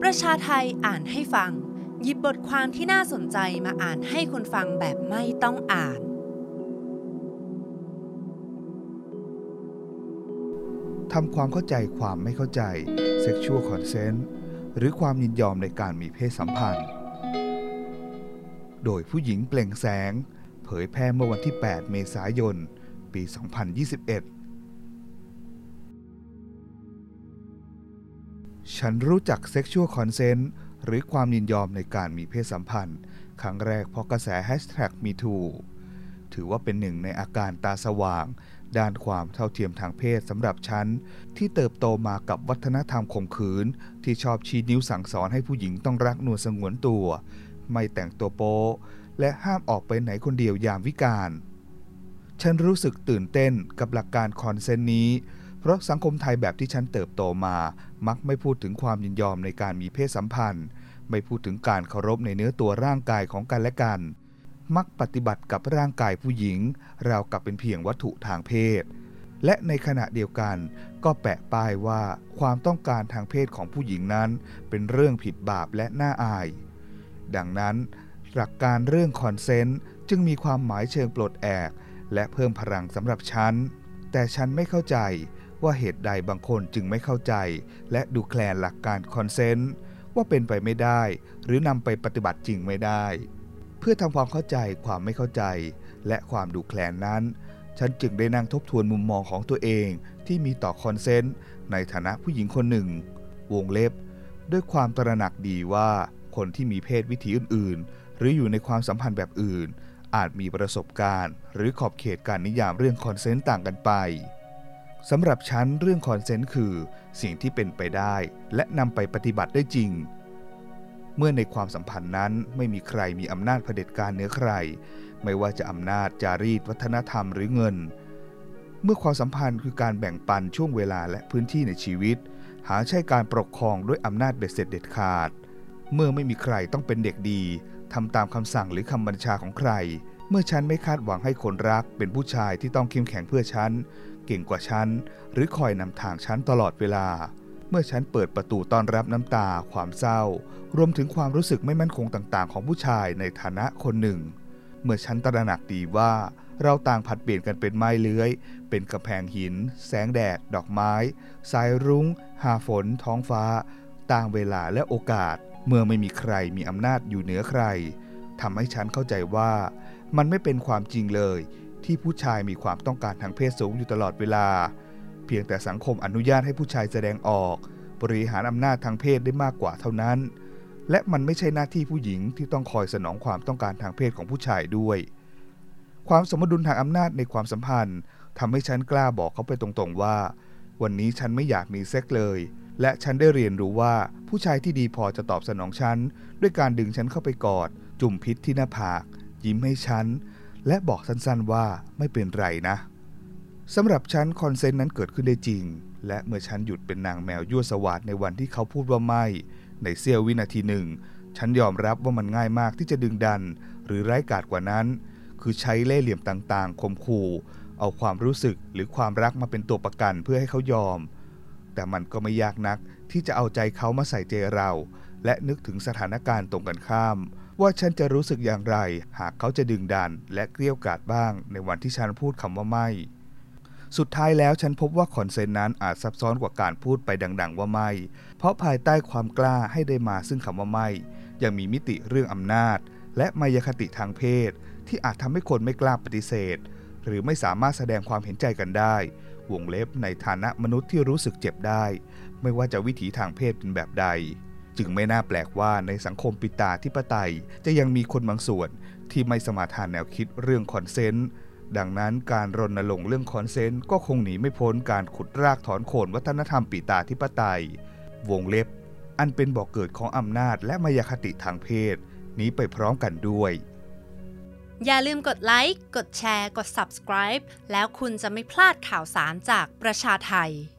ประชาไทยอ่านให้ฟังหยิบบทความที่น่าสนใจมาอ่านให้คนฟังแบบไม่ต้องอ่านทำความเข้าใจความไม่เข้าใจ Sexual Consent หรือความยินยอมในการมีเพศสัมพันธ์โดยผู้หญิงเปล่งแสงเผยแพร่เมื่อวันที่ 8 เมษายน ปี 2021 ฉันรู้จัก Sexual Consent หรือความยินยอมในการมีเพศสัมพันธ์ครั้งแรกเพราะกระแส #MeToo ถือว่าเป็นหนึ่งในอาการตาสว่างด้านความเท่าเทียมทางเพศสำหรับฉันที่เติบโตมากับวัฒนธรรมข่มขืนที่ชอบชี้นิ้วสั่งสอนให้ผู้หญิงต้องรักนวลสงวนตัวไม่แต่งตัวโป๊และห้ามออกไปไหนคนเดียวยามวิกาลฉันรู้สึกตื่นเต้นกับหลักการคอนเซนต์นี้เพราะสังคมไทยแบบที่ฉันเติบโตมามักไม่พูดถึงความยินยอมในการมีเพศสัมพันธ์ไม่พูดถึงการเคารพในเนื้อตัวร่างกายของกันและกันมักปฏิบัติกับร่างกายผู้หญิงราวกับเป็นเพียงวัตถุทางเพศและในขณะเดียวกันก็แปะป้ายว่าความต้องการทางเพศของผู้หญิงนั้นเป็นเรื่องผิดบาปและน่าอายดังนั้นหลักการเรื่องคอนเซนต์จึงมีความหมายเชิงปลดแอกและเพิ่มพลังสำหรับฉันแต่ฉันไม่เข้าใจว่าเหตุใดบางคนจึงไม่เข้าใจและดูแคลนหลักการคอนเซนต์ว่าเป็นไปไม่ได้หรือนำไปปฏิบัติจริงไม่ได้เพื่อทำความเข้าใจความไม่เข้าใจและความดูแคลนนั้นฉันจึงได้นั่งทบทวนมุมมองของตัวเองที่มีต่อคอนเซนต์ในฐานะผู้หญิงคนหนึ่งวงเล็บด้วยความตระหนักดีว่าคนที่มีเพศวิถีอื่นๆหรืออยู่ในความสัมพันธ์แบบอื่นอาจมีประสบการณ์หรือขอบเขตการนิยามเรื่องคอนเซนต์ต่างกันไปสำหรับฉันเรื่องคอนเซนต์คือสิ่งที่เป็นไปได้และนำไปปฏิบัติได้จริงเมื่อในความสัมพันธ์นั้นไม่มีใครมีอำนาจเผด็จการเหนือใครไม่ว่าจะอำนาจจารีตวัฒนธรรมหรือเงินเมื่อความสัมพันธ์คือการแบ่งปันช่วงเวลาและพื้นที่ในชีวิตหาใช่การปกครองด้วยอำนาจเบ็ดเสร็จเด็ดขาดเมื่อไม่มีใครต้องเป็นเด็กดีทำตามคำสั่งหรือคำบัญชาของใครเมื่อฉันไม่คาดหวังให้คนรักเป็นผู้ชายที่ต้องเข้มแข็งเพื่อฉันเก่งกว่าฉันหรือคอยนำทางฉันตลอดเวลาเมื่อฉันเปิดประตูต้อนรับน้ำตาความเศร้ารวมถึงความรู้สึกไม่มั่นคงต่างๆของผู้ชายในฐานะคนหนึ่งเมื่อฉันตระหนักดีว่าเราต่างผลัดเปลี่ยนกันเป็นไม้เลื้อยเป็นกำแพงหินแสงแดดดอกไม้สายรุ้งหาฝนท้องฟ้าต่างเวลาและโอกาสเมื่อไม่มีใครมีอำนาจอยู่เหนือใครทำให้ฉันเข้าใจว่ามันไม่เป็นความจริงเลยที่ผู้ชายมีความต้องการทางเพศสูงอยู่ตลอดเวลาเพียงแต่สังคมอนุญาตให้ผู้ชายแสดงออกบริหารอำนาจทางเพศได้มากกว่าเท่านั้นและมันไม่ใช่หน้าที่ผู้หญิงที่ต้องคอยสนองความต้องการทางเพศของผู้ชายด้วยความสมดุลทางอำนาจในความสัมพันธ์ทำให้ฉันกล้าบอกเขาไปตรงๆว่าวันนี้ฉันไม่อยากมีเซ็กเลยและฉันได้เรียนรู้ว่าผู้ชายที่ดีพอจะตอบสนองฉันด้วยการดึงฉันเข้าไปกอดจุ่มพิษที่หน้าผากยิ้มให้ฉันและบอกสั้นๆว่าไม่เป็นไรนะสำหรับฉันคอนเซนต์นั้นเกิดขึ้นได้จริงและเมื่อฉันหยุดเป็นนางแมวยั่วสวาทในวันที่เขาพูดว่าไม่ในเสี้ยววินาทีหนึ่งฉันยอมรับว่ามันง่ายมากที่จะดึงดันหรือร้ายกาจกว่านั้นคือใช้เล่ห์เหลี่ยมต่างๆข่มขู่เอาความรู้สึกหรือความรักมาเป็นตัวประกันเพื่อให้เขายอมแต่มันก็ไม่ยากนักที่จะเอาใจเขามาใส่ใจเราและนึกถึงสถานการณ์ตรงกันข้ามว่าฉันจะรู้สึกอย่างไรหากเขาจะดึงดันและเกลี้ยกล่อมบ้างในวันที่ฉันพูดคำว่าไม่สุดท้ายแล้วฉันพบว่าคอนเซนต์นั้นอาจซับซ้อนกว่าการพูดไปดังๆว่าไม่เพราะภายใต้ความกล้าให้ได้มาซึ่งคำว่าไม่ยังมีมิติเรื่องอำนาจและมายาคติทางเพศที่อาจทำให้คนไม่กล้าปฏิเสธหรือไม่สามารถแสดงความเห็นใจกันได้วงเล็บในฐานะมนุษย์ที่รู้สึกเจ็บได้ไม่ว่าจะวิถีทางเพศเป็นแบบใดจึงไม่น่าแปลกว่าในสังคมปิตาธิปไตยจะยังมีคนบางส่วนที่ไม่สมาทานแนวคิดเรื่องคอนเซนต์ดังนั้นการรณรงค์เรื่องคอนเซนต์ก็คงหนีไม่พ้นการขุดรากถอนโคนวัฒนธรรมปิตาธิปไตยวงเล็บอันเป็นบ่อกเกิดของอำนาจและมายาคติทางเพศนี้ไปพร้อมกันด้วยอย่าลืมกดไลค์กดแชร์กด Subscribe แล้วคุณจะไม่พลาดข่าวสารจากประชาไทย